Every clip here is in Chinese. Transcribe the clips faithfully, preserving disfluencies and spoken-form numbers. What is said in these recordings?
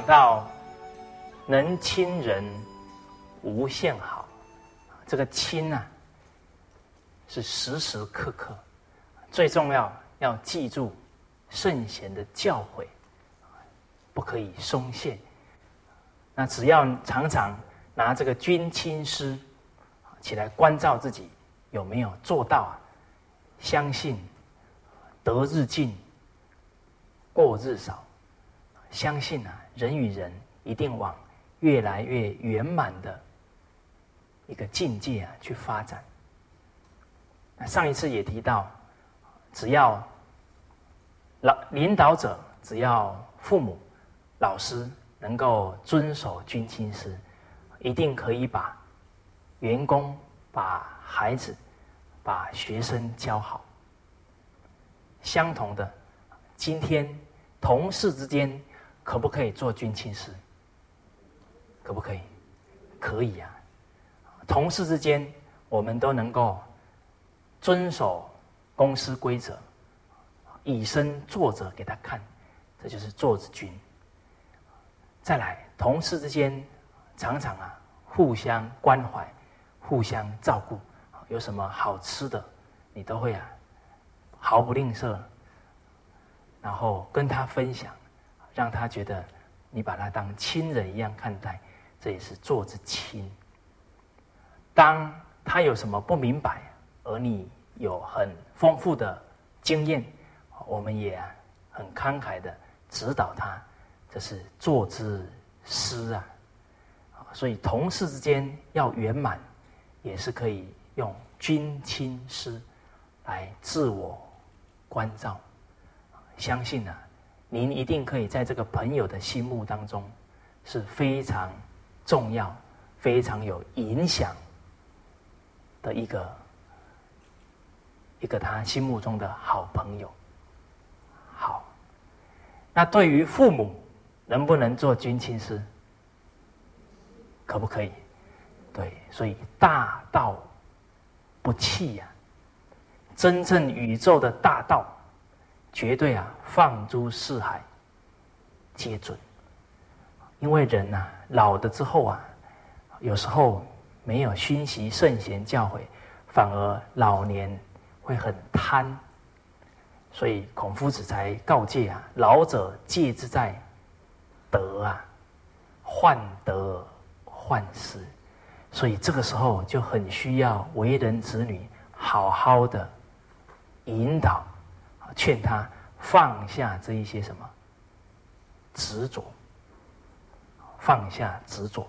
到能亲人无限好，这个亲啊，是时时刻刻，最重要要记住圣贤的教诲，不可以松懈。那只要常常拿这个君亲师起来关照自己有没有做到啊，相信得日进，过日少，相信啊，人与人一定往越来越圆满的一个境界啊去发展。上一次也提到，只要老领导者，只要父母、老师能够遵守君亲师，一定可以把员工、把孩子、把学生教好。相同的，今天同事之间可不可以做君亲师？可不可以？可以啊。同事之间，我们都能够遵守公司规则，以身作则给他看，这就是做之君。再来，同事之间常常啊互相关怀，互相照顾，有什么好吃的，你都会啊毫不吝啬，然后跟他分享，让他觉得你把他当亲人一样看待，这也是做之亲。当他有什么不明白，而你有很丰富的经验，我们也、啊、很慷慨的指导他，这是做之师啊。所以同事之间要圆满，也是可以用君亲师来自我关照。相信啊，您一定可以在这个朋友的心目当中是非常重要、非常有影响的一个一个他心目中的好朋友。好，那对于父母能不能做君亲师？可不可以？对，所以大道不弃呀、啊，真正宇宙的大道，绝对啊放诸四海皆准。因为人呐、啊、老了之后啊，有时候没有熏习圣贤教诲，反而老年会很贪，所以孔夫子才告诫啊：老者戒之在德啊，患得患失。所以这个时候就很需要为人子女好好的引导，劝他放下这一些什么执着，放下执着。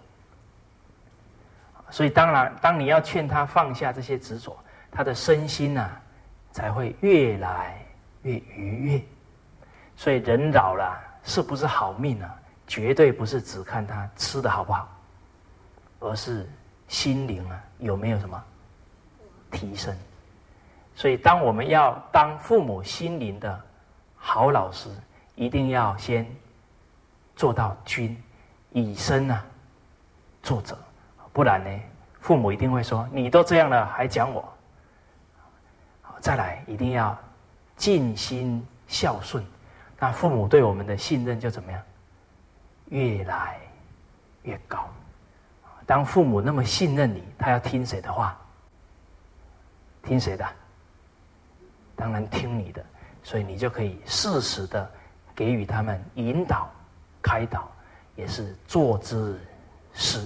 所以当然，当你要劝他放下这些执着，他的身心啊才会越来越愉悦。所以人老了，是不是好命啊？绝对不是只看他吃的好不好，而是心灵啊有没有什么提升。所以当我们要当父母心灵的好老师，一定要先做到君，以身啊作则，不然呢父母一定会说你都这样了还讲我。再来一定要尽心孝顺，那父母对我们的信任就怎么样越来越高。当父母那么信任你，他要听谁的话？听谁的？当然听你的。所以你就可以适时的给予他们引导、开导，也是做之师。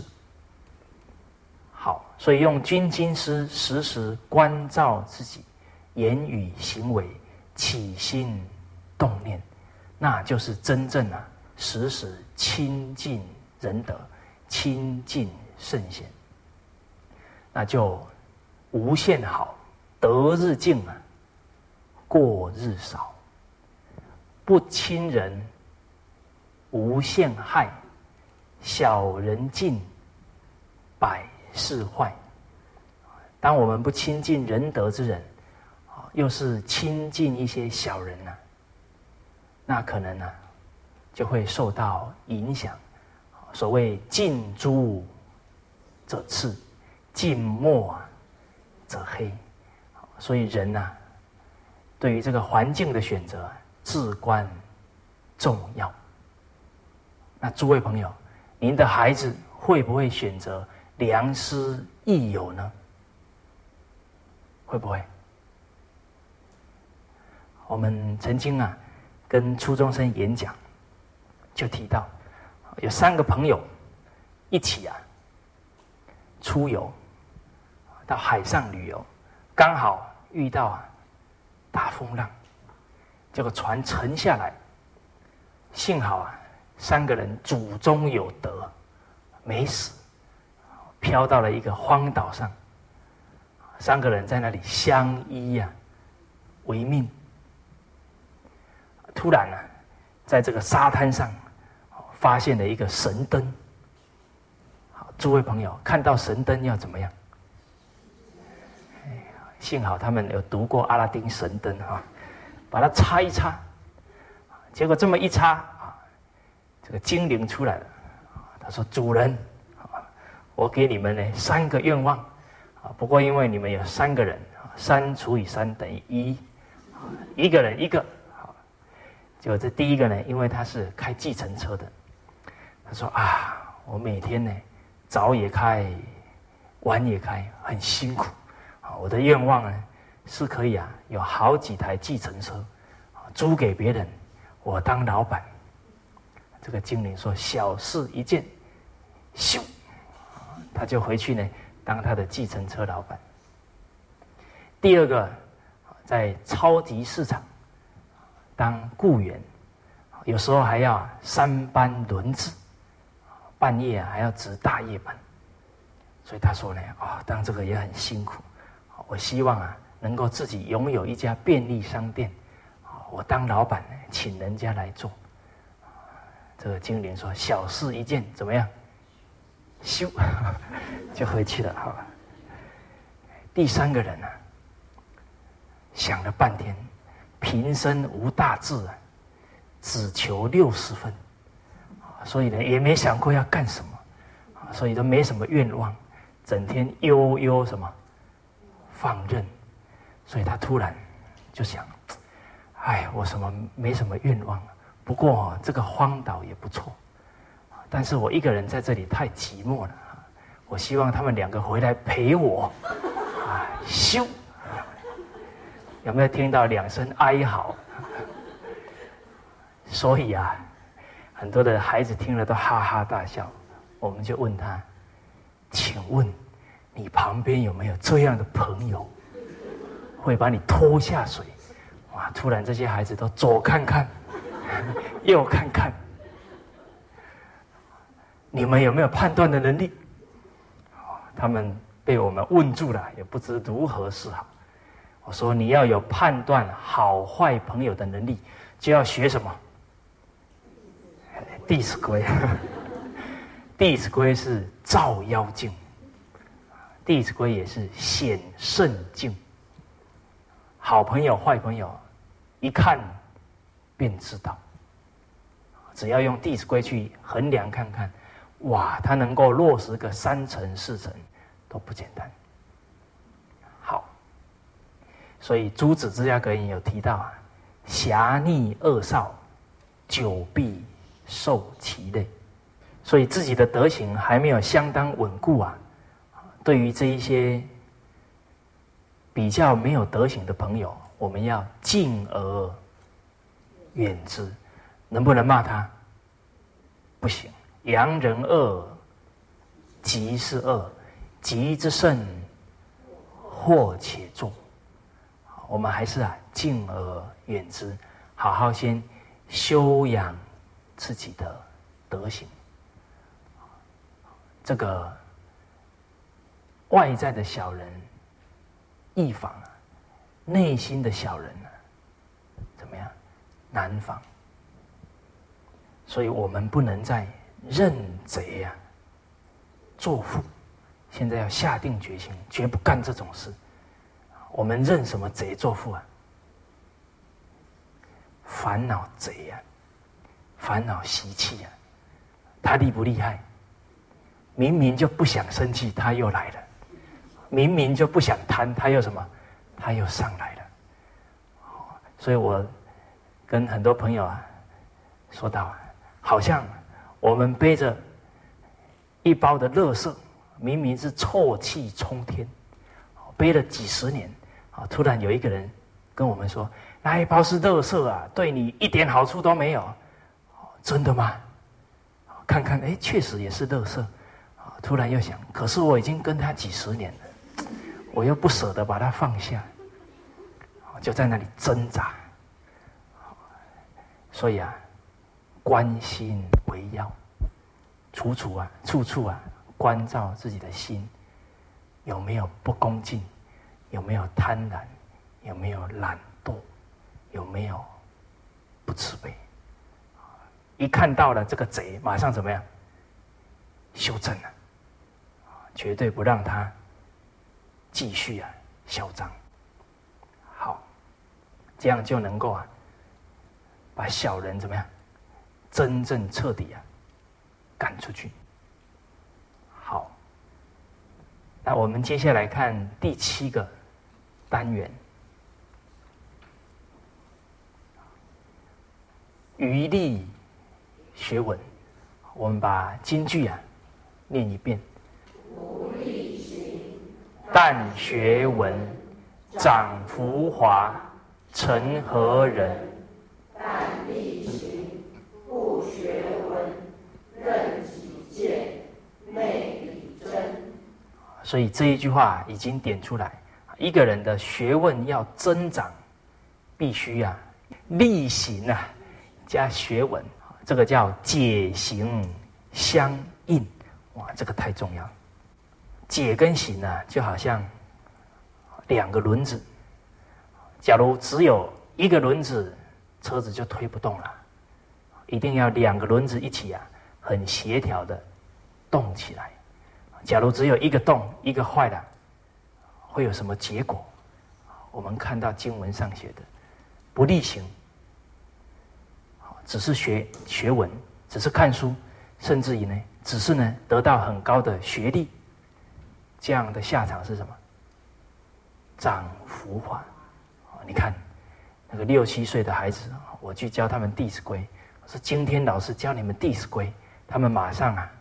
好，所以用君亲师时时关照自己言语行为、起心动念，那就是真正啊时时亲近仁德，亲近圣贤，那就无限好，得日进啊，过日少，不亲人无限害，小人进百事坏。当我们不亲近仁德之人，又是亲近一些小人呢、啊，那可能呢、啊、就会受到影响。所谓近朱者赤，近墨者黑。所以人呐、啊，对于这个环境的选择至关重要。 那诸位朋友，您的孩子会不会选择良师益友呢？会不会？我们曾经啊跟初中生演讲，就提到有三个朋友一起啊出游到海上旅游，刚好遇到啊大风浪，结果船沉下来，幸好啊三个人祖中有德，没死，飘到了一个荒岛上，三个人在那里相依啊为命。突然呢、啊，在这个沙滩上发现了一个神灯。好，诸位朋友，看到神灯要怎么样？幸好他们有读过阿拉丁神灯啊，把它擦一擦，结果这么一擦啊，这个精灵出来了。他说：“主人，我给你们呢三个愿望啊，不过因为你们有三个人，三除以三等于一，一个人一个。”结果这第一个呢，因为他是开计程车的，他说啊，我每天呢早也开，晚也开，很辛苦啊。我的愿望呢是可以啊有好几台计程车，租给别人，我当老板。这个精灵说小事一件，咻，他就回去呢当他的计程车老板。第二个，在超级市场当雇员，有时候还要三班轮值，半夜啊还要值大夜班，所以他说呢，啊、哦，当这个也很辛苦，我希望啊能够自己拥有一家便利商店，我当老板呢，请人家来做。这个精灵说小事一件，怎么样？咻，就回去了哈。第三个人呢、啊，想了半天。平生无大志啊，只求六十分，所以呢也没想过要干什么，所以都没什么愿望，整天悠悠什么放任，所以他突然就想，哎，我什么没什么愿望，不过、哦、这个荒岛也不错，但是我一个人在这里太寂寞了，我希望他们两个回来陪我，啊，咻。有没有听到两声哀嚎？所以啊，很多的孩子听了都哈哈大笑。我们就问他：“请问你旁边有没有这样的朋友，会把你拖下水？”哇！突然这些孩子都左看看，右看看。你们有没有判断的能力？他们被我们问住了，也不知如何是好。我说你要有判断好坏朋友的能力，就要学什么？《弟子规》。《弟子规》是照妖镜，《弟子规》也是显圣镜。好朋友、坏朋友，一看便知道。只要用《弟子规》去衡量看看，哇，他能够落实个三成四成都不简单。所以诸子治家格言有提到啊，侠逆恶少，久必受其累。所以自己的德行还没有相当稳固啊，对于这一些比较没有德行的朋友，我们要敬而远之。能不能骂他？不行。扬人恶，即是恶；急之甚，祸且作。我们还是啊敬而远之，好好先修养自己的德行。这个外在的小人易防啊，内心的小人呢、啊，怎么样难防？所以我们不能再认贼啊作父，现在要下定决心，绝不干这种事。我们认什么贼作父啊？烦恼贼啊，烦恼习气啊，他厉不厉害？明明就不想生气，他又来了；明明就不想贪，他又什么？他又上来了。所以我跟很多朋友啊说到，好像我们背着一包的垃圾，明明是臭气冲天，背了几十年啊，突然有一个人跟我们说，那一包是垃圾啊，对你一点好处都没有。真的吗？看看，哎，确实也是垃圾啊。突然又想，可是我已经跟他几十年了，我又不舍得把它放下，就在那里挣扎。所以啊，关心为要，处处啊，处处啊，关照自己的心，有没有不恭敬，有没有贪婪，有没有懒惰，有没有不慈悲。一看到了这个贼，马上怎么样？修正了，绝对不让他继续啊嚣张。好，这样就能够啊，把小人怎么样，真正彻底啊赶出去。好，那我们接下来看第七个单元，余力学文。我们把金句啊念一遍。 无力行， 但学文，长浮华，成何人？ 但力行，不学文，任己见，昧理真。 所以这一句话已经点出来，一个人的学问要增长，必须啊力行啊加学文。这个叫解行相应，哇，这个太重要。解跟行呢、啊，就好像两个轮子，假如只有一个轮子，车子就推不动了，一定要两个轮子一起啊，很协调的动起来。假如只有一个动，一个坏了，会有什么结果？我们看到经文上写的，不力行。只是学学文，只是看书，甚至于呢，只是呢得到很高的学历，这样的下场是什么？长浮华。你看那个六七岁的孩子，我去教他们《弟子规》，我说今天老师教你们《弟子规》，他们马上啊，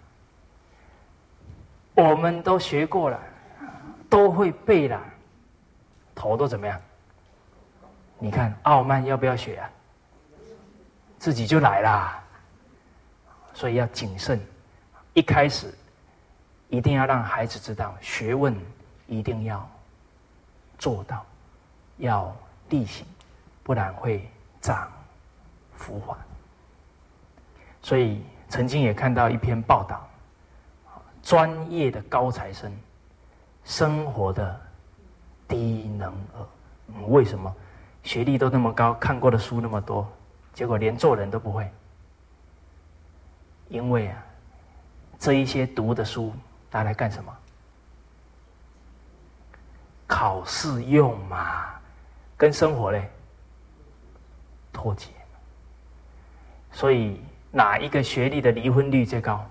我们都学过了，都会背了，头都怎么样？你看傲慢要不要学啊？自己就来啦，所以要谨慎。一开始一定要让孩子知道，学问一定要做到，要力行，不然会长浮华。所以曾经也看到一篇报道，专业的高材生，生活的低能儿。嗯，为什么？学历都那么高，看过的书那么多，结果连做人都不会。因为啊，这一些读的书拿来干什么？考试用嘛，跟生活嘞脱节。所以哪一个学历的离婚率最高？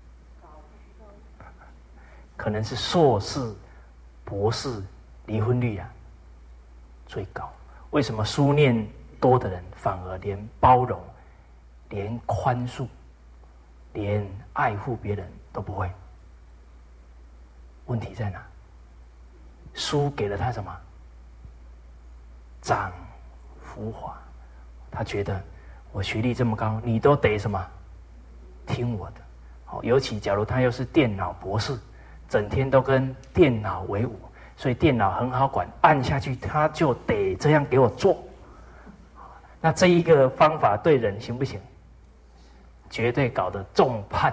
可能是硕士、博士离婚率啊最高。为什么书念多的人反而连包容、连宽恕、连爱护别人都不会？问题在哪？书给了他什么？长浮华。他觉得我学历这么高，你都得什么？听我的。好，尤其假如他又是电脑博士，整天都跟电脑为伍，所以电脑很好管，按下去他就得这样给我做。那这一个方法对人行不行？绝对搞得众叛。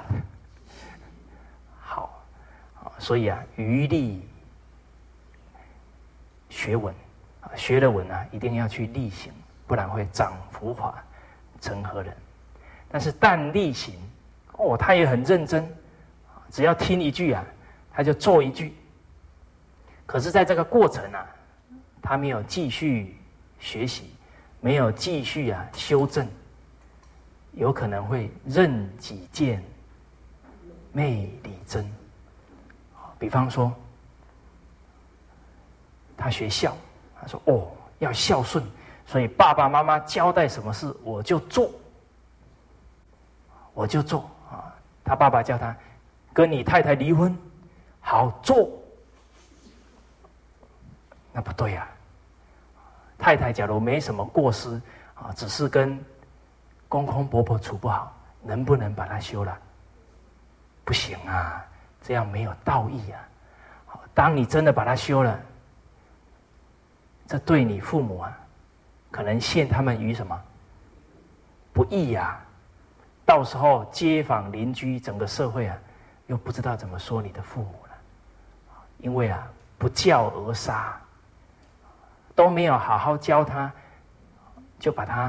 好，所以啊，余力学文，学了文啊，一定要去力行，不然会长浮华，成何人？但是但力行，哦，他也很认真，只要听一句啊，他就做一句。可是在这个过程啊，他没有继续学习，没有继续啊修正，有可能会任己见，昧理真。比方说，他学孝，他说哦要孝顺，所以爸爸妈妈交代什么事我就做，我就做啊。 他爸爸叫他跟你太太离婚，好做。那不对啊！太太假如没什么过失啊，只是跟公公婆婆处不好，能不能把它修了？不行啊，这样没有道义啊！当你真的把它修了，这对你父母啊，可能陷他们于什么不义啊？到时候街坊邻居整个社会啊，又不知道怎么说你的父母了，因为啊，不教而杀。都没有好好教他，就把他，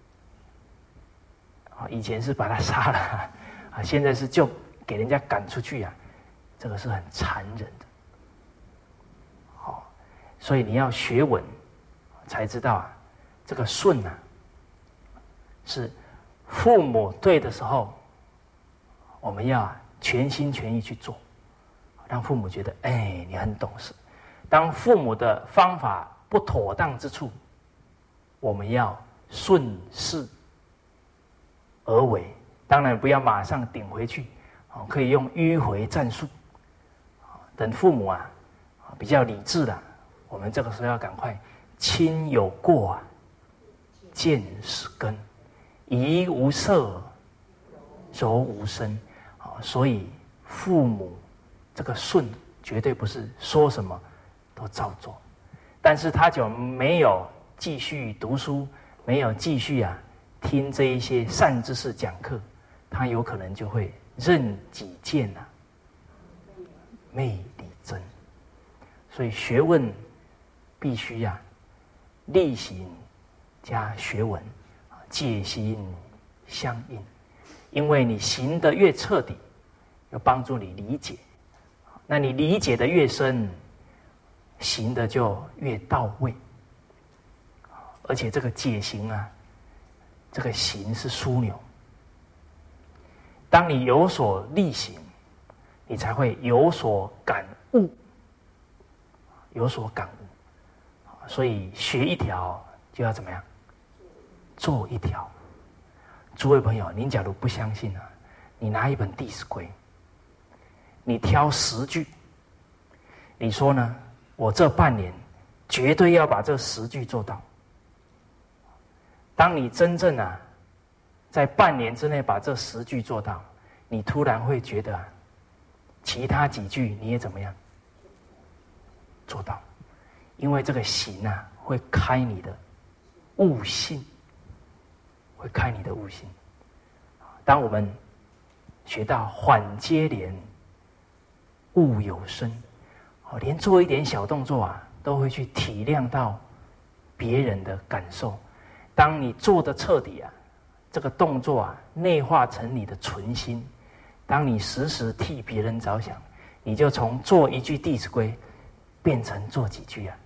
啊，以前是把他杀了，啊，现在是就给人家赶出去啊，这个是很残忍的。好，所以你要学文，才知道啊，这个顺啊，是父母对的时候，我们要全心全意去做，让父母觉得，哎，你很懂事。当父母的方法不妥当之处，我们要顺势而为，当然不要马上顶回去，可以用迂回战术。等父母啊比较理智了，我们这个时候要赶快，亲有过啊，见使根，怡无色，柔无声。所以父母这个顺，绝对不是说什么都照做。但是他就没有继续读书，没有继续啊听这一些善知识讲课，他有可能就会任己见啊，昧理真。所以学问必须啊力行加学文，戒心相应。因为你行得越彻底，要帮助你理解，那你理解的越深，行的就越到位。而且这个解行啊，这个行是枢纽。当你有所力行，你才会有所感悟，有所感悟。所以学一条就要怎么样？做一条。诸位朋友，您假如不相信啊，你拿一本《弟子规》，你挑十句，你说呢？我这半年绝对要把这十句做到。当你真正啊，在半年之内把这十句做到，你突然会觉得、啊，其他几句你也怎么样做到？因为这个行啊，会开你的悟性。会开你的悟性。当我们学到缓接连，悟有声，连做一点小动作啊，都会去体谅到别人的感受。当你做的彻底啊，这个动作啊，内化成你的存心。当你时时替别人着想，你就从做一句《弟子规》变成做几句啊。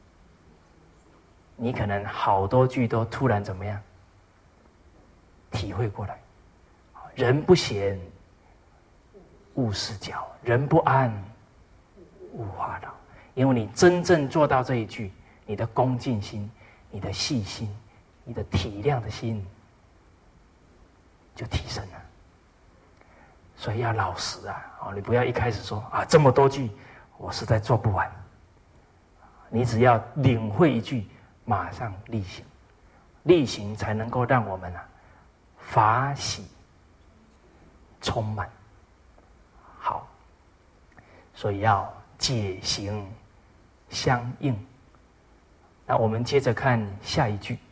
你可能好多句都突然怎么样？体会过来，人不闲，勿事搅；人不安，勿话扰。因为你真正做到这一句，你的恭敬心、你的细心、你的体谅的心就提升了。所以要老实啊！你不要一开始说啊这么多句，我实在做不完。你只要领会一句，马上力行，力行才能够让我们啊。法喜充满。好，所以要解行相应。那我们接着看下一句：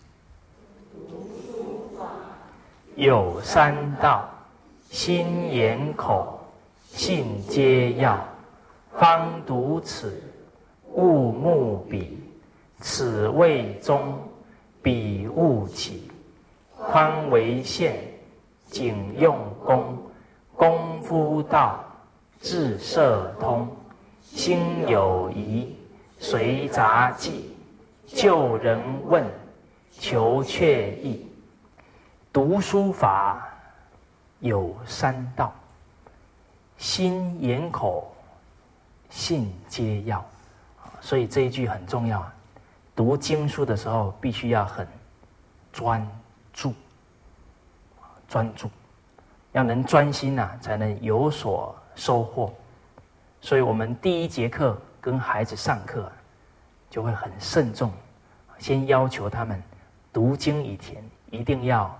有三道，心眼口信皆要，方读此，勿慕彼，此谓宗，彼勿起。宽为限，谨用功，功夫道，智摄通。心有疑，随杂记，就人问，求确意。读书法有三道，心眼口信皆要。所以这一句很重要啊！读经书的时候，必须要很专注，专注， 要能专心啊，才能有所收获。所以我们第一节课跟孩子上课啊，就会很慎重，先要求他们读经以前一定要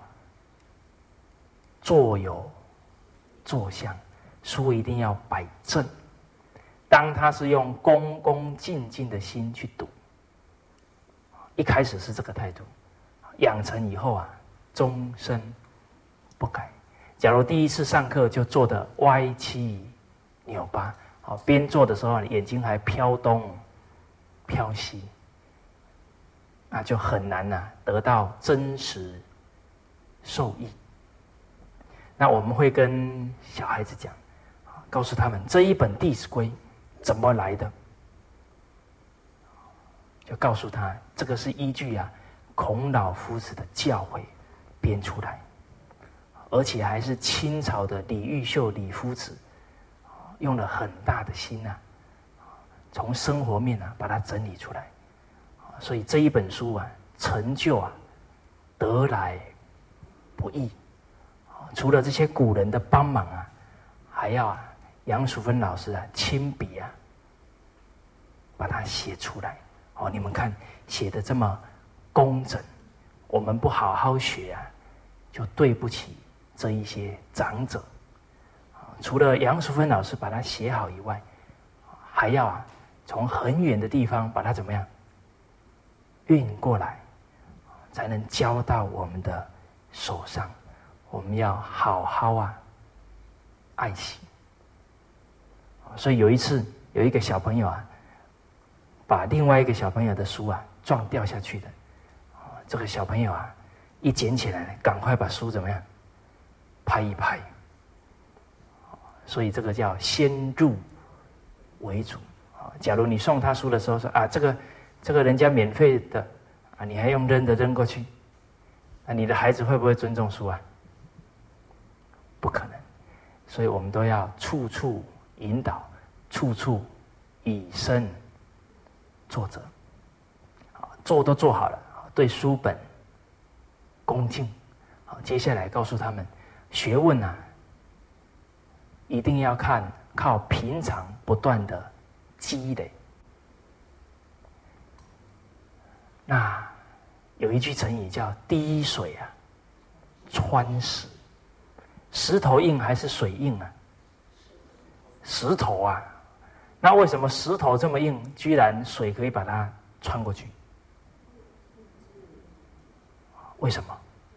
坐有坐相，书一定要摆正。当他是用恭恭敬敬的心去读，一开始是这个态度，养成以后啊，终身不改。假如第一次上课就做得歪七扭八，好，边做的时候眼睛还飘东飘西，那就很难啊得到真实受益。那我们会跟小孩子讲，告诉他们这一本《弟子规》怎么来的，就告诉他这个是依据啊孔老夫子的教诲编出来，而且还是清朝的李毓秀李夫子用了很大的心啊，从生活面啊把它整理出来。所以这一本书啊，成就啊得来不易。除了这些古人的帮忙啊，还要啊杨淑芬老师啊亲笔啊把它写出来。哦，你们看写的这么工整，我们不好好学啊，就对不起这一些长者。除了杨淑芬老师把它写好以外，还要啊从很远的地方把它怎么样运过来，才能交到我们的手上。我们要好好啊爱惜。所以有一次有一个小朋友啊，把另外一个小朋友的书啊撞掉下去的。这个小朋友啊一捡起来，赶快把书怎么样拍一拍。所以这个叫先入为主。假如你送他书的时候说啊，这个这个人家免费的啊，你还用扔的扔过去，那你的孩子会不会尊重书啊？不可能。所以我们都要处处引导，处处以身作则。做都做好了，对书本恭敬。好，接下来告诉他们，学问啊，一定要看靠平常不断的积累。那有一句成语叫滴水啊穿石。石头硬还是水硬啊？石头啊。那为什么石头这么硬，居然水可以把它穿过去？为什么？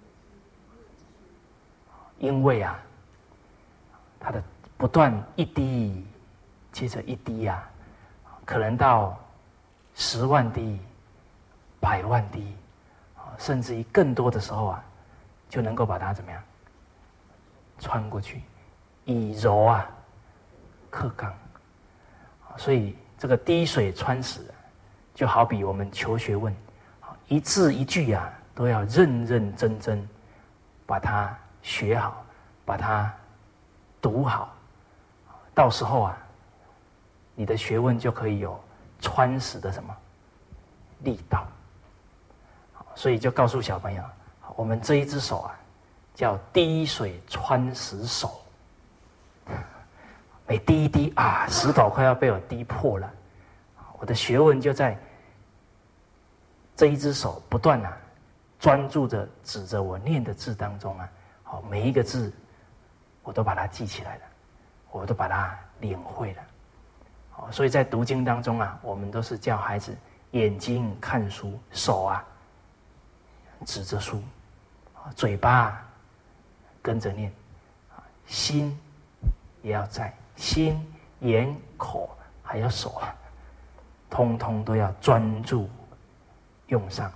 因为啊，它的不断一滴接着一滴啊，可能到十万滴、百万滴，甚至于更多的时候啊，就能够把它怎么样穿过去，以柔啊克刚。所以这个滴水穿石，就好比我们求学问，一字一句啊都要认认真真把它学好，把它读好。到时候啊，你的学问就可以有穿石的什么力道。所以就告诉小朋友，我们这一只手啊叫滴水穿石手。每滴一滴啊，石头快要被我滴破了，我的学问就在这一只手不断啊专注着指着我念的字当中啊，好，每一个字我都把它记起来了，我都把它领会了。好，所以在读经当中啊，我们都是叫孩子眼睛看书，手啊指着书，嘴巴跟着念，心也要在，心、眼、口还有手啊，通通都要专注用上。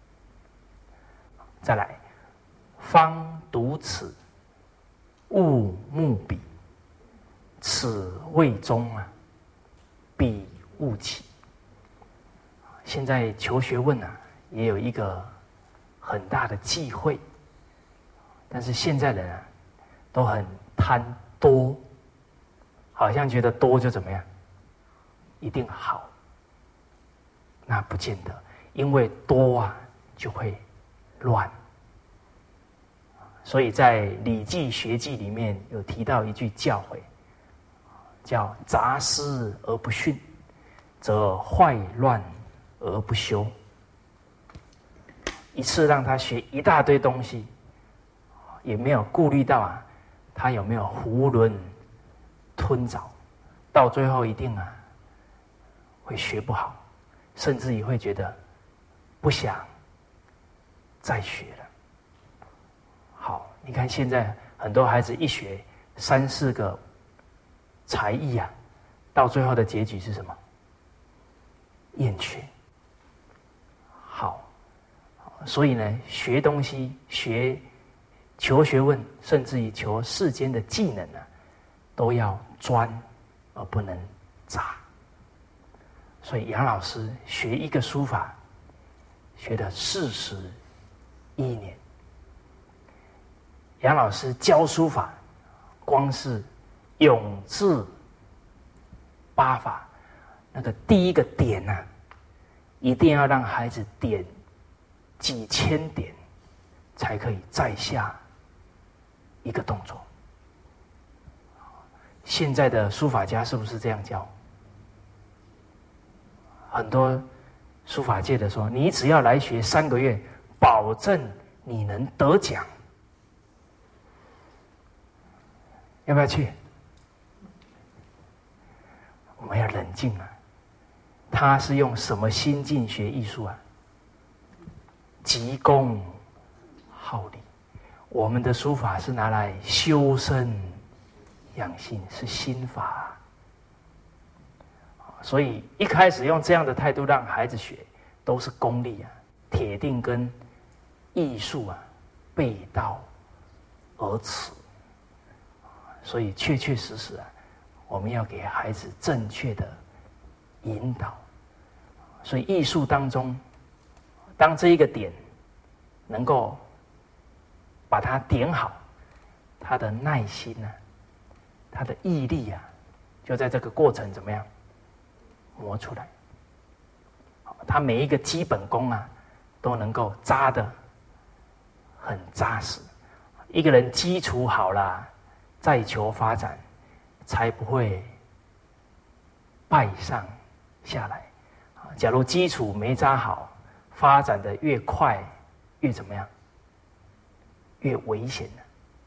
再来，方读此，勿目彼，此谓中啊，彼勿起。现在求学问啊，也有一个很大的忌讳，但是现在人啊，都很贪多，好像觉得多就怎么样，一定好。那不见得，因为多啊就会乱。 所以在《礼记·学记》里面有提到一句教诲，叫“杂思而不训，则坏乱而不修”。一次让他学一大堆东西，也没有顾虑到啊，他有没有囫囵吞枣，到最后一定啊会学不好，甚至也会觉得不想再学了。好，你看现在很多孩子一学三四个才艺啊，到最后的结局是什么？厌学。好，所以呢，学东西、学求学问，甚至于求世间的技能啊，都要专而不能杂。所以杨老师学一个书法，学了四十一年。杨老师教书法，光是永字八法那个第一个点啊，一定要让孩子点几千点，才可以再下一个动作。现在的书法家是不是这样教？很多书法界的说，你只要来学三个月，保证你能得奖。要不要去？我们要冷静啊！他是用什么心境学艺术啊？急功好礼。我们的书法是拿来修身养性，是心法。所以一开始用这样的态度让孩子学，都是功利啊，铁定跟艺术啊背道而驰。所以确确实实啊，我们要给孩子正确的引导。所以艺术当中，当这一个点能够把它点好，他的耐心啊，他的毅力啊，就在这个过程怎么样磨出来。他每一个基本功啊，都能够扎得很扎实。一个人基础好了，再求发展，才不会败上下来。假如基础没扎好，发展的越快，越怎么样？越危险了。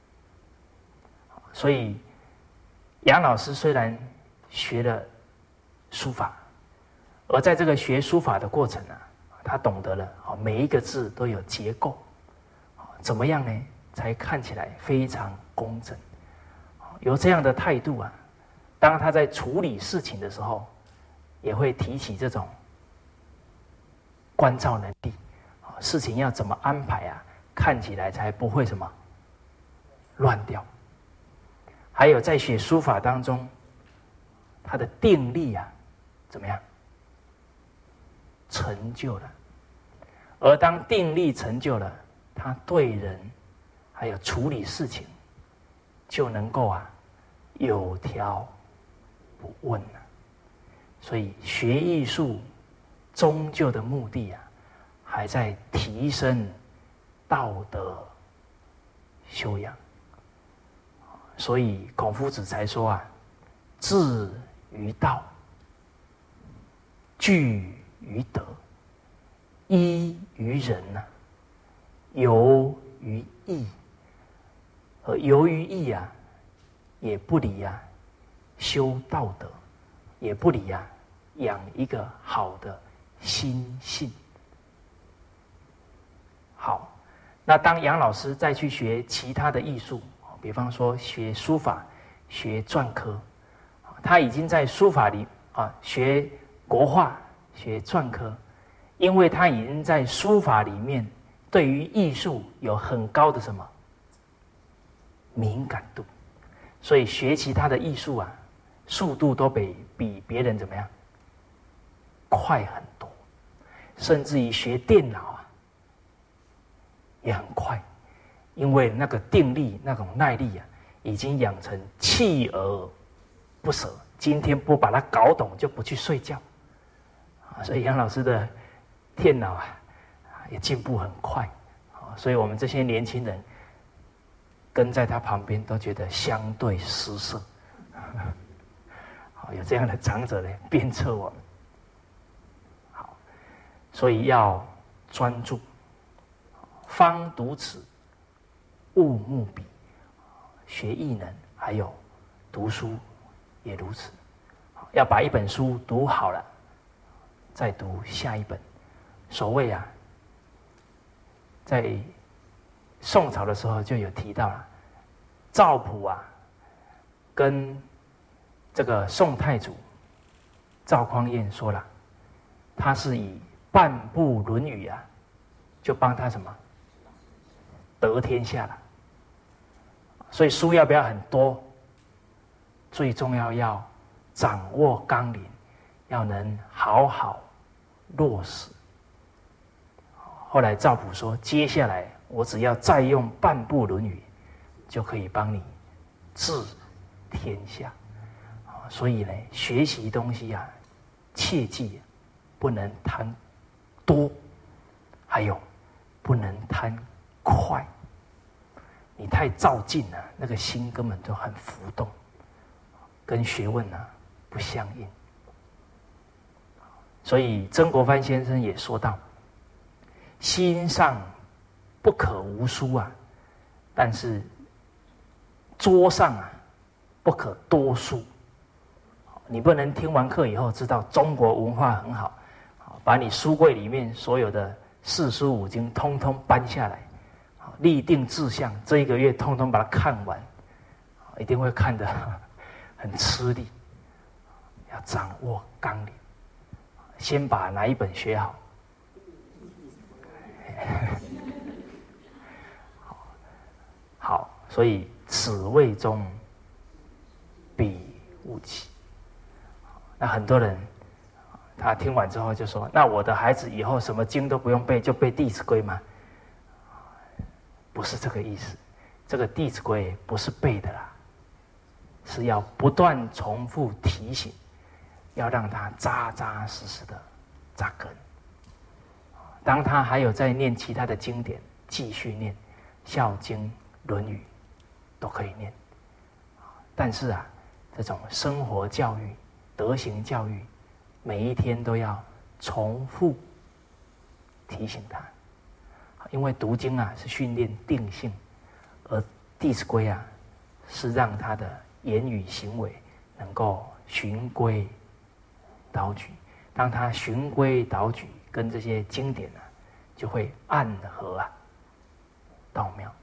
所以，杨老师虽然学了书法，而在这个学书法的过程啊，他懂得了每一个字都有结构，怎么样呢？才看起来非常工整。有这样的态度啊，当他在处理事情的时候，也会提起这种关照能力。事情要怎么安排啊？看起来才不会什么乱掉。还有在学书法当中，他的定力啊，怎么样成就了？而当定力成就了，他对人还有处理事情，就能够啊有条不紊了。所以学艺术终究的目的啊，还在提升道德修养。所以孔夫子才说啊，志于道，据于德，依于仁啊，游于义。而游于义啊，也不离啊修道德，也不离啊养一个好的心性。好，那当杨老师再去学其他的艺术，比方说学书法、学篆刻，他已经在书法里啊学国画、学篆刻，因为他已经在书法里面对于艺术有很高的什么敏感度，所以学其他的艺术啊，速度都比比别人怎么样快很多，甚至于学电脑啊也很快，因为那个定力、那种耐力啊，已经养成锲而不舍。今天不把它搞懂，就不去睡觉。所以杨老师的电脑啊也进步很快。所以我们这些年轻人跟在他旁边都觉得相对失色。好，有这样的长者呢，鞭策我们。好，所以要专注。方读此，勿慕彼。学艺能，还有读书也如此。要把一本书读好了，再读下一本。所谓啊，在宋朝的时候就有提到了，赵普啊，跟这个宋太祖赵匡胤说了，他是以半部《论语》啊，就帮他什么得天下了。所以书要不要很多？最重要要掌握纲领，要能好好落实。后来赵普说，接下来我只要再用半部《论语》，就可以帮你治天下。所以呢，学习东西啊，切记不能贪多，还有不能贪快。你太躁进了，那个心根本就很浮动，跟学问啊不相应。所以曾国藩先生也说到，心上不可无书啊，但是桌上啊不可多书。你不能听完课以后知道中国文化很好，把你书柜里面所有的四书五经通通搬下来，立定志向，这一个月通通把它看完，一定会看得很吃力。要掌握纲领，先把哪一本学好。好，所以此谓中，彼勿欺。那很多人，他听完之后就说：“那我的孩子以后什么经都不用背，就背《弟子规》吗？”不是这个意思，这个《弟子规》不是背的啦，是要不断重复提醒，要让他扎扎实实的扎根。当他还有在念其他的经典，继续念《孝经》《论语》都可以念。但是啊，这种生活教育、德行教育，每一天都要重复提醒他。因为读经啊是训练定性，而《弟子规》啊是让他的言语行为能够循规蹈矩。当他循规蹈矩，跟这些经典啊就会暗合啊道妙。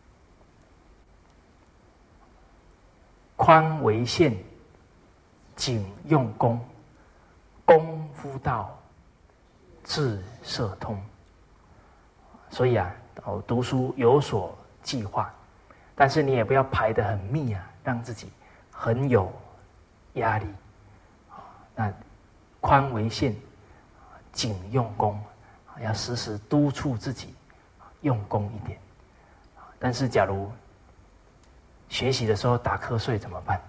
宽为限，谨用功，功夫到，智社通。所以啊，哦，读书有所计划，但是你也不要排得很密啊，让自己很有压力。那宽为限，谨用功，要时时督促自己用功一点。但是假如学习的时候打瞌睡怎么办？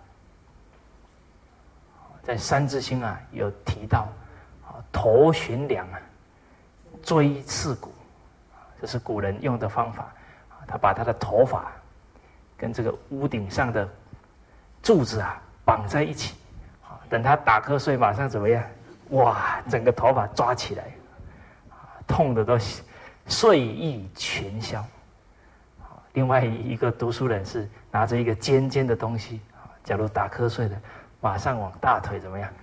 在《三字经》啊有提到，头悬梁啊，锥刺股。这是古人用的方法，他把他的头发跟这个屋顶上的柱子啊绑在一起，等他打瞌睡马上怎么样？哇，整个头发抓起来，痛的都睡意全消。另外一个读书人是拿着一个尖尖的东西，假如打瞌睡的，马上往大腿怎么样？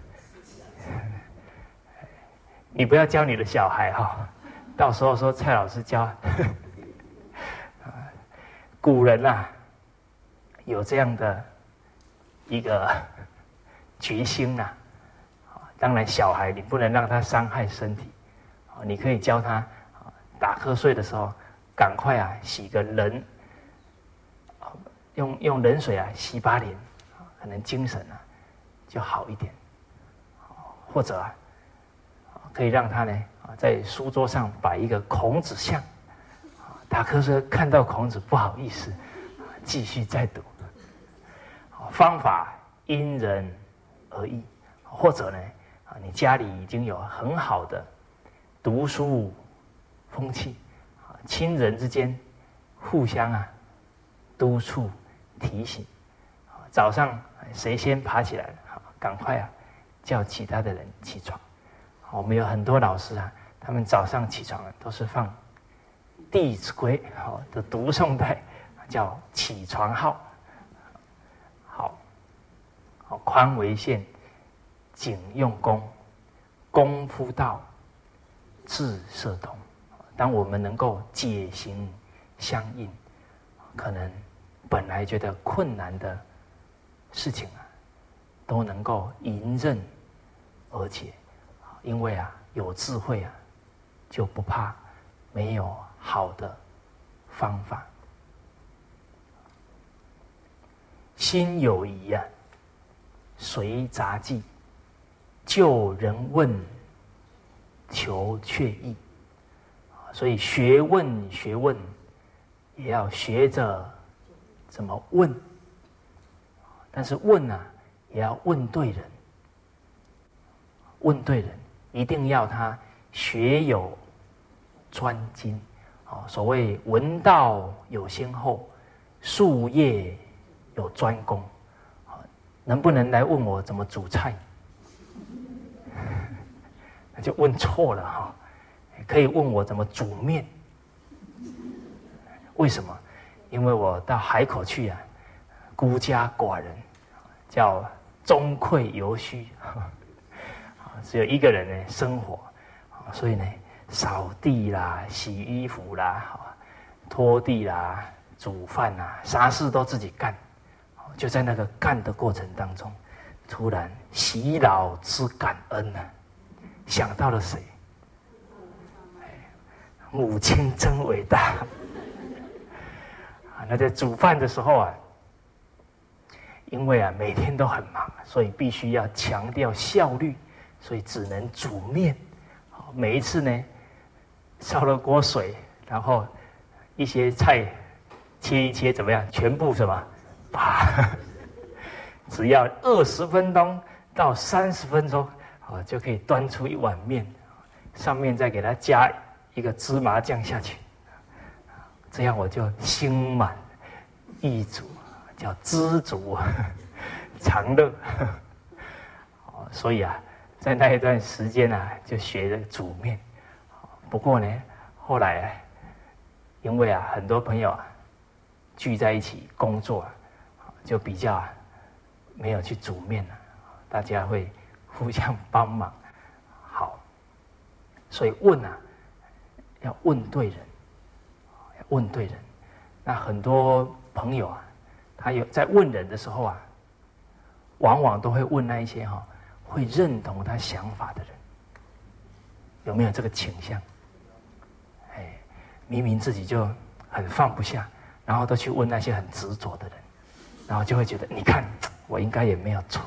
你不要教你的小孩哈。到时候说蔡老师教，古人啊有这样的一个决心啊。当然，小孩你不能让他伤害身体，你可以教他打瞌睡的时候，赶快啊洗个冷，用用冷水啊洗把脸，可能精神啊就好一点。或者啊，可以让他呢。在书桌上摆一个孔子像，打瞌睡看到孔子不好意思，继续再读。方法因人而异，或者呢，你家里已经有很好的读书风气，亲人之间互相啊督促提醒。早上谁先爬起来了，赶快啊叫其他的人起床。我们有很多老师啊，他们早上起床都是放《弟子规》好的读诵带，叫起床号。好，好，宽为限，谨用功，功夫到，智摄通。当我们能够解行相应，可能本来觉得困难的事情啊，都能够迎刃而解。因为啊，有智慧啊，就不怕没有好的方法。心有疑啊，随杂记，就人问，求确意。所以学问学问，也要学着怎么问。但是问啊，也要问对人。问对人，一定要他学有专精。所谓闻道有先后，术业有专攻。能不能来问我怎么煮菜？那就问错了哈。可以问我怎么煮面？为什么？因为我到海口去啊，孤家寡人，叫中馈犹虚，只有一个人呢生活，所以呢，扫地啦、洗衣服啦、拖地啦、煮饭啦，啥事都自己干。就在那个干的过程当中，突然喜老之感恩啊，想到了谁？母亲真伟大。那在煮饭的时候啊，因为啊每天都很忙，所以必须要强调效率，所以只能煮面。每一次呢，烧了锅水，然后一些菜切一切，怎么样？全部什么？把只要二十分钟到三十分钟，啊，就可以端出一碗面，上面再给它加一个芝麻酱下去，这样我就心满意足，叫知足常乐。所以啊，在那一段时间啊，就学着煮面。不过呢，后来啊，因为啊，很多朋友啊聚在一起工作啊，就比较啊没有去煮面了，大家会互相帮忙。好，所以问啊。要问对人，要问对人。那很多朋友啊，他有在问人的时候啊，往往都会问那一些哈、哦、会认同他想法的人。有没有这个倾向？哎，明明自己就很放不下，然后都去问那些很执着的人，然后就会觉得，你看我应该也没有错。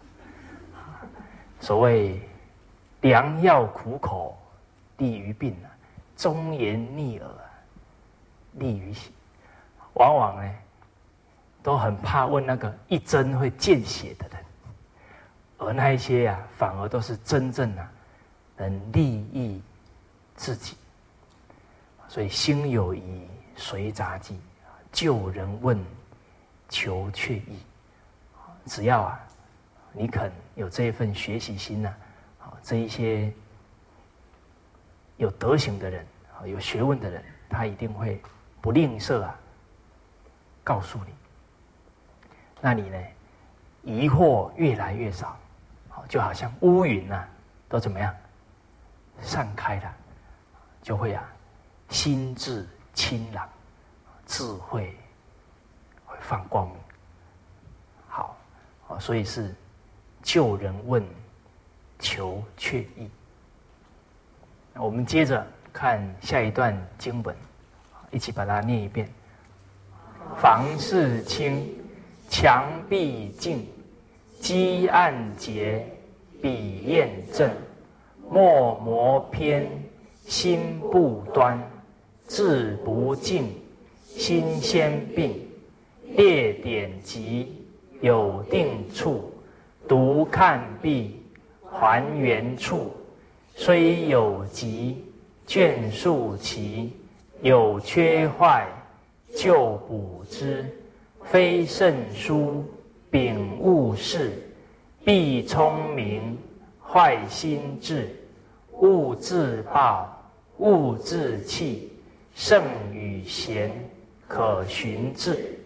所谓良药苦口利于病啊。忠言逆耳，利于行。往往呢，都很怕问那个一针会见血的人，而那一些呀、啊，反而都是真正啊，能利益自己。所以心有疑，随杂记，就人问，求确意。只要啊，你肯有这一份学习心呐、啊，这一些。有德行的人，有学问的人，他一定会不吝啬啊，告诉你。那你呢，疑惑越来越少，就好像乌云啊，都怎么样散开了，就会啊，心智清朗，智慧会放光明。好，所以是就人问，求确意。我们接着看下一段经文，一起把它念一遍。房事清，墙壁净，积案洁，笔砚正，墨磨偏，心不端，志不静，心先病，列典籍，有定处，读看毕，还原处。虽有疾，卷数齐，有缺坏，就补之。 非圣书，秉物事，必聪明，坏心智，勿自暴，勿自弃，圣与贤，可循治。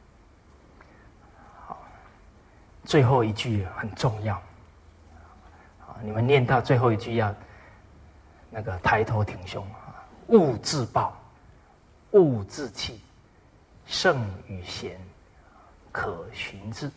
好，最后一句很重要。你们念到最后一句要那个抬头挺胸啊！勿自暴，勿自弃，圣与贤，可循治。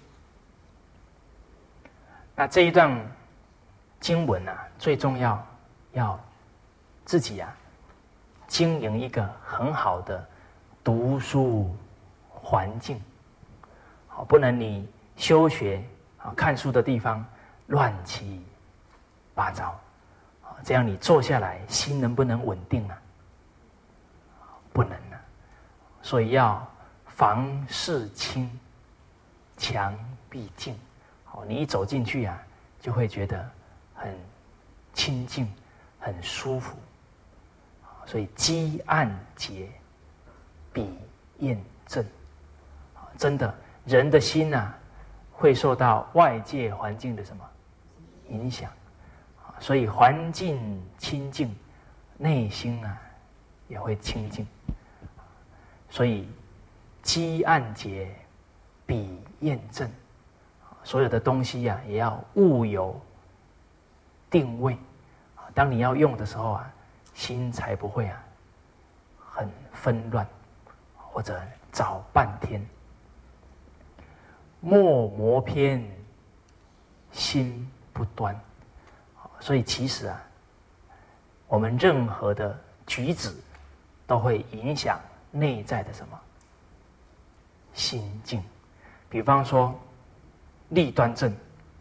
那这一段经文啊，最重要要自己啊经营一个很好的读书环境，好，不能你修学啊看书的地方乱七八糟，这样你坐下来心能不能稳定呢？不能啊，所以要房事清，墙壁净。好，你一走进去啊，就会觉得很清净、很舒服。所以积暗结，笔砚正。真的，人的心啊，会受到外界环境的什么影响？所以环境清净，内心啊也会清净。所以积暗结，笔砚正。所有的东西啊，也要物有定位。当你要用的时候啊，心才不会啊很纷乱，或者找半天。莫磨偏，心不端。所以其实啊，我们任何的举止都会影响内在的什么心境。比方说立端正，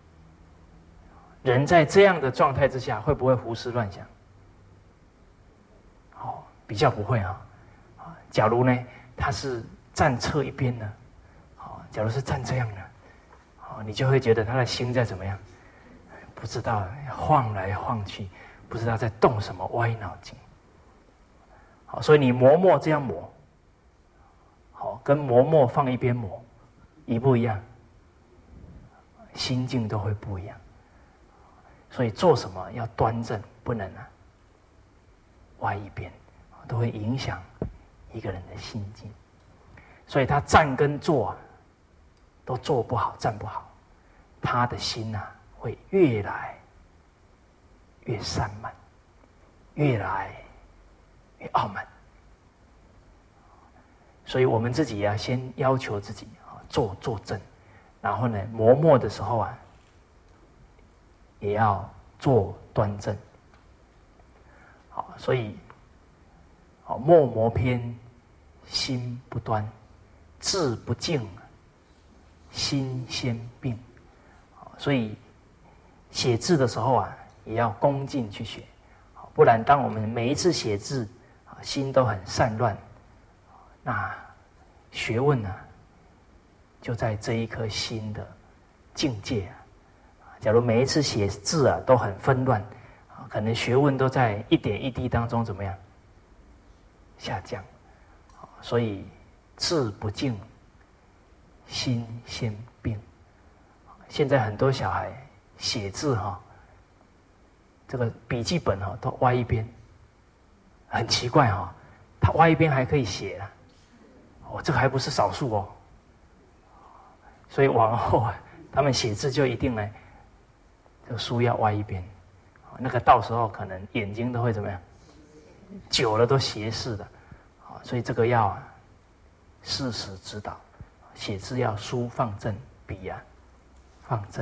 人在这样的状态之下，会不会胡思乱想？哦，比较不会啊。假如呢，他是站侧一边呢，哦，假如是站这样呢，哦，你就会觉得他的心在怎么样？不知道晃来晃去，不知道在动什么歪脑筋。好，所以你磨墨这样磨，好，跟磨墨放一边磨，一不一样？心境都会不一样。所以做什么要端正，不能啊歪一边，都会影响一个人的心境。所以他站跟坐啊，都坐不好，站不好，他的心啊会越来越散漫，越来越傲慢。所以我们自己要先要求自己啊，坐坐正，然后呢，磨墨的时候啊，也要坐端正。好，所以好，墨磨偏，心不端，志不静，心先病。所以写字的时候啊，也要恭敬去学，不然当我们每一次写字心都很散乱，那学问呢、啊，就在这一颗心的境界啊。假如每一次写字啊都很纷乱，可能学问都在一点一滴当中怎么样下降？所以志不静，心先病。现在很多小孩写字哈，这个笔记本哈都歪一边，很奇怪哈，他歪一边还可以写啊，哦，这个还不是少数哦。所以往后啊，他们写字就一定呢，这个书要歪一边，那个到时候可能眼睛都会怎么样，久了都斜视的，所以这个要适时指导，写字要书放正，笔啊放正，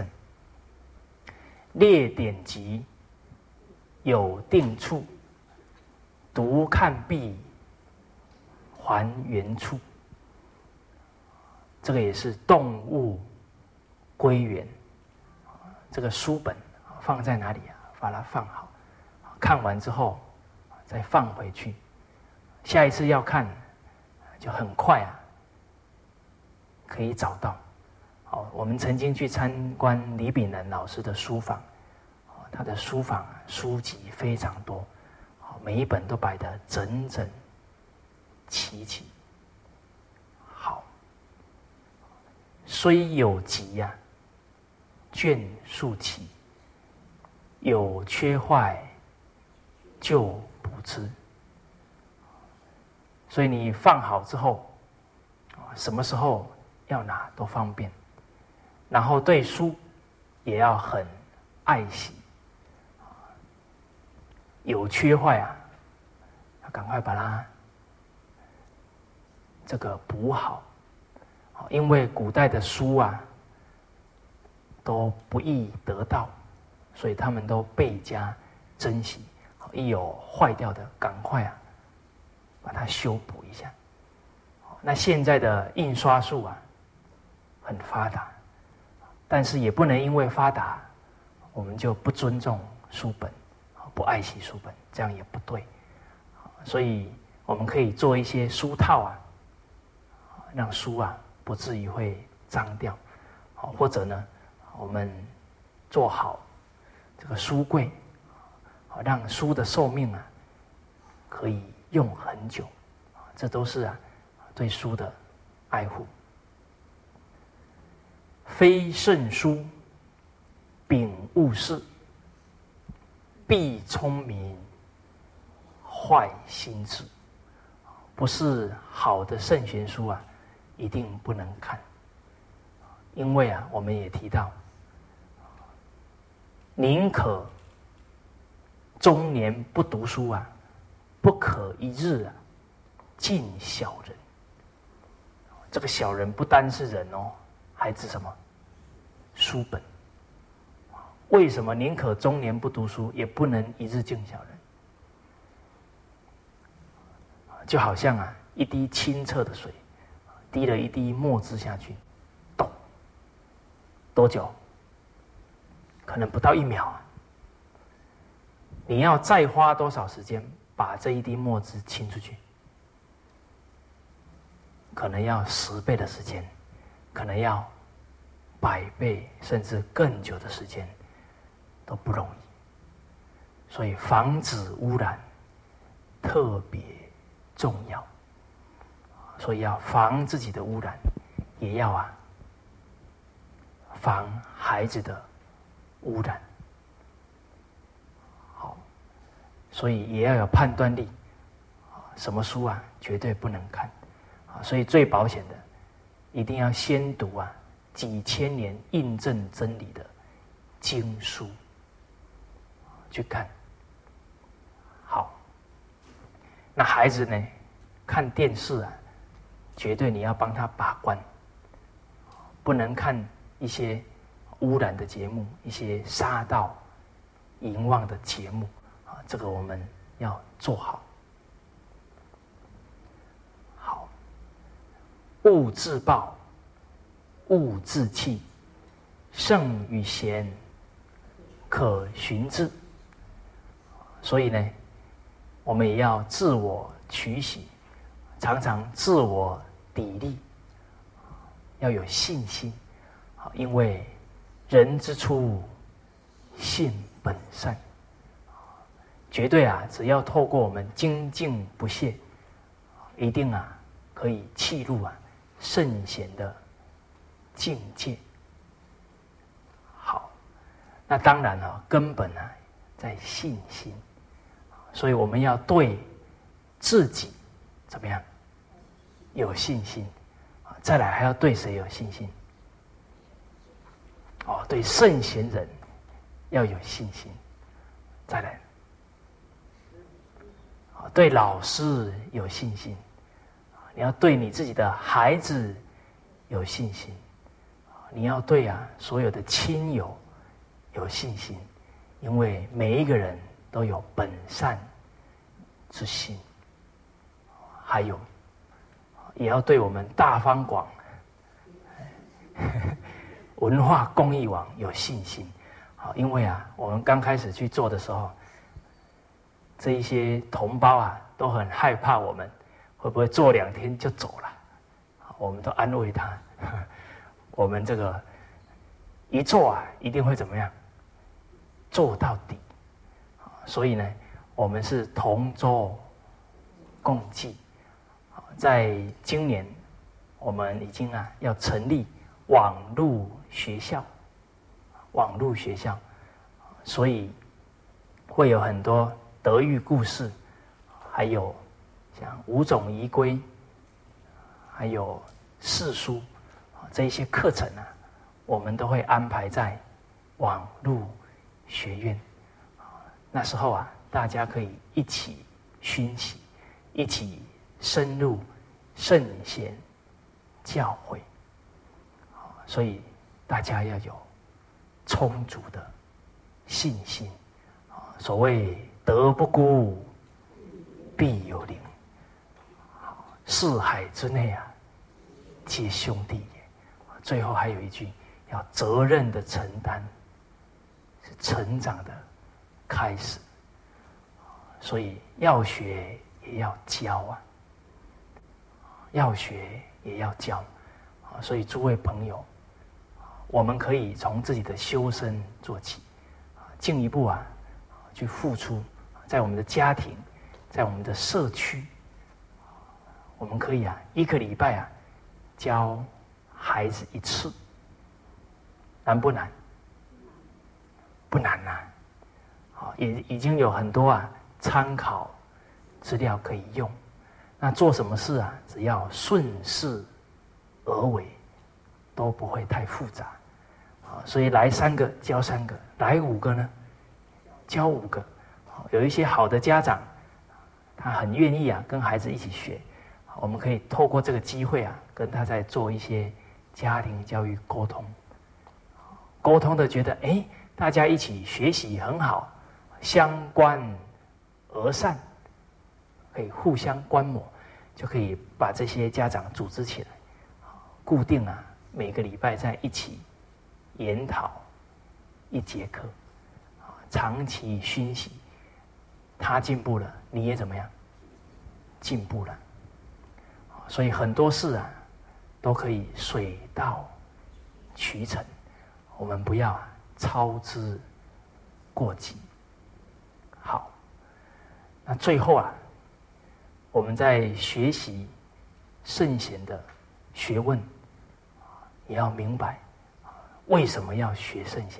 列典籍有定处，读看毕还原处。这个也是动物归元。这个书本放在哪里啊？把它放好，看完之后再放回去。下一次要看，就很快啊，可以找到。好，我们曾经去参观李炳南老师的书房，他的书房书籍非常多，每一本都摆得整整齐齐。好， 虽有疾呀、啊，眷速齐，有缺坏就不知。所以你放好之后，什么时候要拿都方便，然后对书也要很爱惜，有缺坏啊，赶快把它这个补好，因为古代的书啊都不易得到，所以他们都倍加珍惜。一有坏掉的，赶快啊把它修补一下。那现在的印刷术啊很发达，但是也不能因为发达，我们就不尊重书本，不爱惜书本，这样也不对。所以我们可以做一些书套啊，让书啊不至于会脏掉，或者呢，我们做好这个书柜，让书的寿命啊可以用很久，这都是啊对书的爱护。非圣书，秉勿视，必聪明，坏心智。不是好的圣贤书啊，一定不能看，因为啊，我们也提到，宁可终年不读书啊，不可一日啊尽小人。这个小人不单是人哦，还指什么？书本。为什么宁可终年不读书，也不能一日尽小人？就好像啊，一滴清澈的水，滴了一滴墨汁下去，咚，多久？可能不到一秒啊。你要再花多少时间把这一滴墨汁清出去？可能要十倍的时间，可能要百倍甚至更久的时间，都不容易。所以防止污染特别重要，所以要防自己的污染，也要啊防孩子的污染。好，所以也要有判断力，什么书啊绝对不能看。所以最保险的，一定要先读啊几千年印证真理的经书去看。好，那孩子呢，看电视啊，绝对你要帮他把关，不能看一些污染的节目，一些杀盗淫妄的节目啊，这个我们要做好。勿自暴，勿自弃，圣与贤，可循之。所以呢，我们也要自我取喜，常常自我砥砺，要有信心。因为人之初，性本善，绝对啊，只要透过我们精进不懈，一定啊可以契入啊圣贤的境界。好，那当然啊，根本啊在信心，所以我们要对自己怎么样有信心，再来还要对谁有信心？哦，对圣贤人要有信心，再来，对老师有信心。你要对你自己的孩子有信心，你要对啊所有的亲友有信心，因为每一个人都有本善之心。还有，也要对我们大方广文化公益网有信心。因为啊，我们刚开始去做的时候，这一些同胞啊都很害怕我们会不会做两天就走了？我们都安慰他，我们这个一做啊，一定会怎么样？做到底。所以呢，我们是同舟共济。在今年，我们已经啊要成立网络学校，网络学校，所以会有很多德育故事，还有像五种仪规，还有四书这一些课程啊，我们都会安排在网络学院。那时候啊，大家可以一起熏习，一起深入圣贤教诲，所以大家要有充足的信心。所谓德不孤，必有邻。四海之内啊，皆兄弟也。最后还有一句，要责任的承担，是成长的开始。所以要学也要教啊，要学也要教。所以诸位朋友，我们可以从自己的修身做起，进一步啊去付出，在我们的家庭，在我们的社区，我们可以啊一个礼拜啊教孩子一次，难不难？不难呐、啊，也已经有很多啊参考资料可以用。那做什么事啊，只要顺势而为，都不会太复杂。啊，所以来三个教三个，来五个呢教五个。有一些好的家长，他很愿意啊跟孩子一起学，我们可以透过这个机会啊，跟他在做一些家庭教育沟通。沟通的觉得，哎，大家一起学习很好，相关而善，可以互相观摩，就可以把这些家长组织起来，固定啊每个礼拜在一起研讨一节课，长期熏习，他进步了，你也怎么样进步了。所以很多事啊都可以水到渠成，我们不要啊操之过急。好，那最后啊，我们在学习圣贤的学问，也要明白为什么要学圣贤。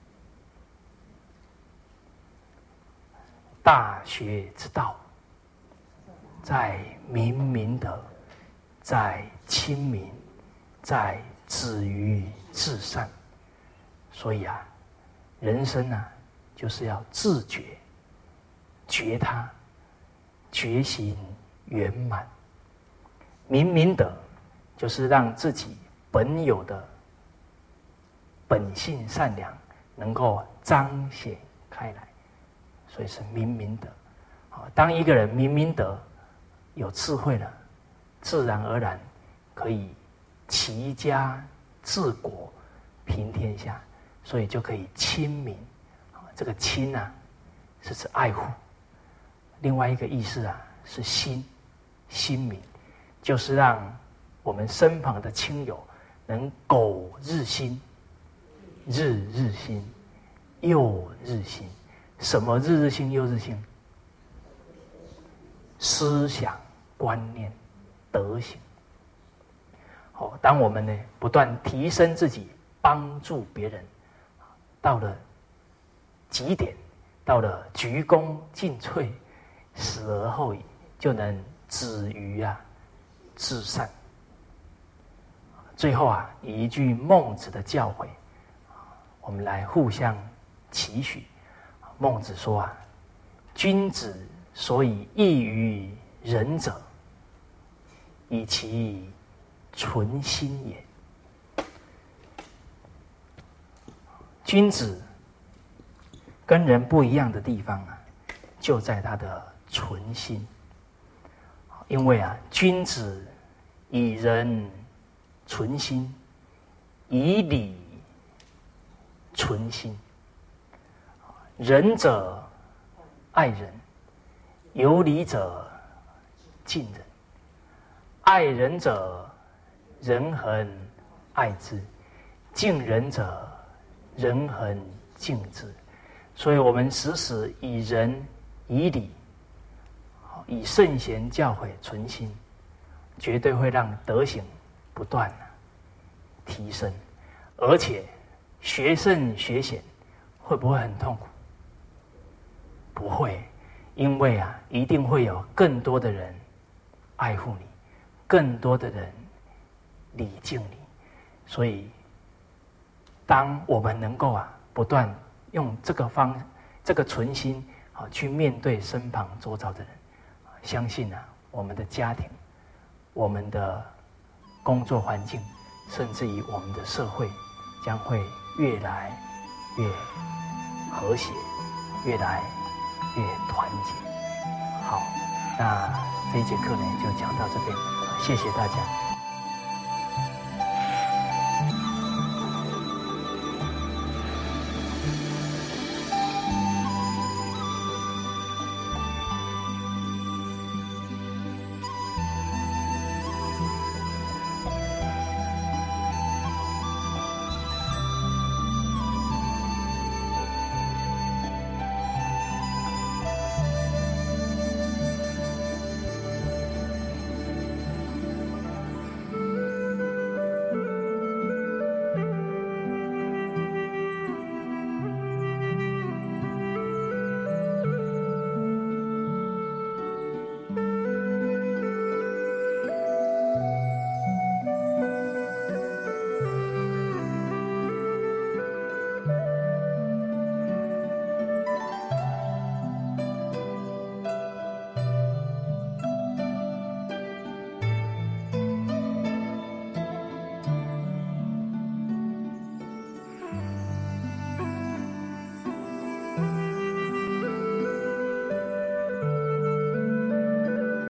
大学之道，在明明德，在亲民，在止于至善。所以啊，人生啊，就是要自觉，觉他，觉行圆满。明明德，就是让自己本有的本性善良能够彰显开来，所以是明明德。当一个人明明德，有智慧了，自然而然可以齐家治国平天下，所以就可以亲民。这个亲啊，是指爱护。另外一个意思啊，是心，心民，就是让我们身旁的亲友能苟日新，日日新，又日新。什么日日新又日新？思想、观念、德行。好，当我们呢不断提升自己，帮助别人，到了极点，到了鞠躬尽瘁，死而后已，就能止于啊至善。最后啊，以一句孟子的教诲，我们来互相期许。孟子说啊，君子所以异于仁者，以其存心也。君子跟人不一样的地方啊，就在他的存心。因为啊，君子以仁存心，以礼存心。仁者爱人，有礼者敬人。爱人者，人恒爱之；敬人者，人恒敬之。所以我们时时以仁以礼，以圣贤教诲存心，绝对会让德行不断提升，而且学圣学贤会不会很痛苦？不会，因为啊，一定会有更多的人爱护你，更多的人礼敬你。所以，当我们能够啊不断用这个方这个存心啊去面对身旁周遭的人，相信啊我们的家庭、我们的工作环境，甚至于我们的社会，将会越来越和谐，越来越团结。好，那这一节课呢就讲到这边，谢谢大家。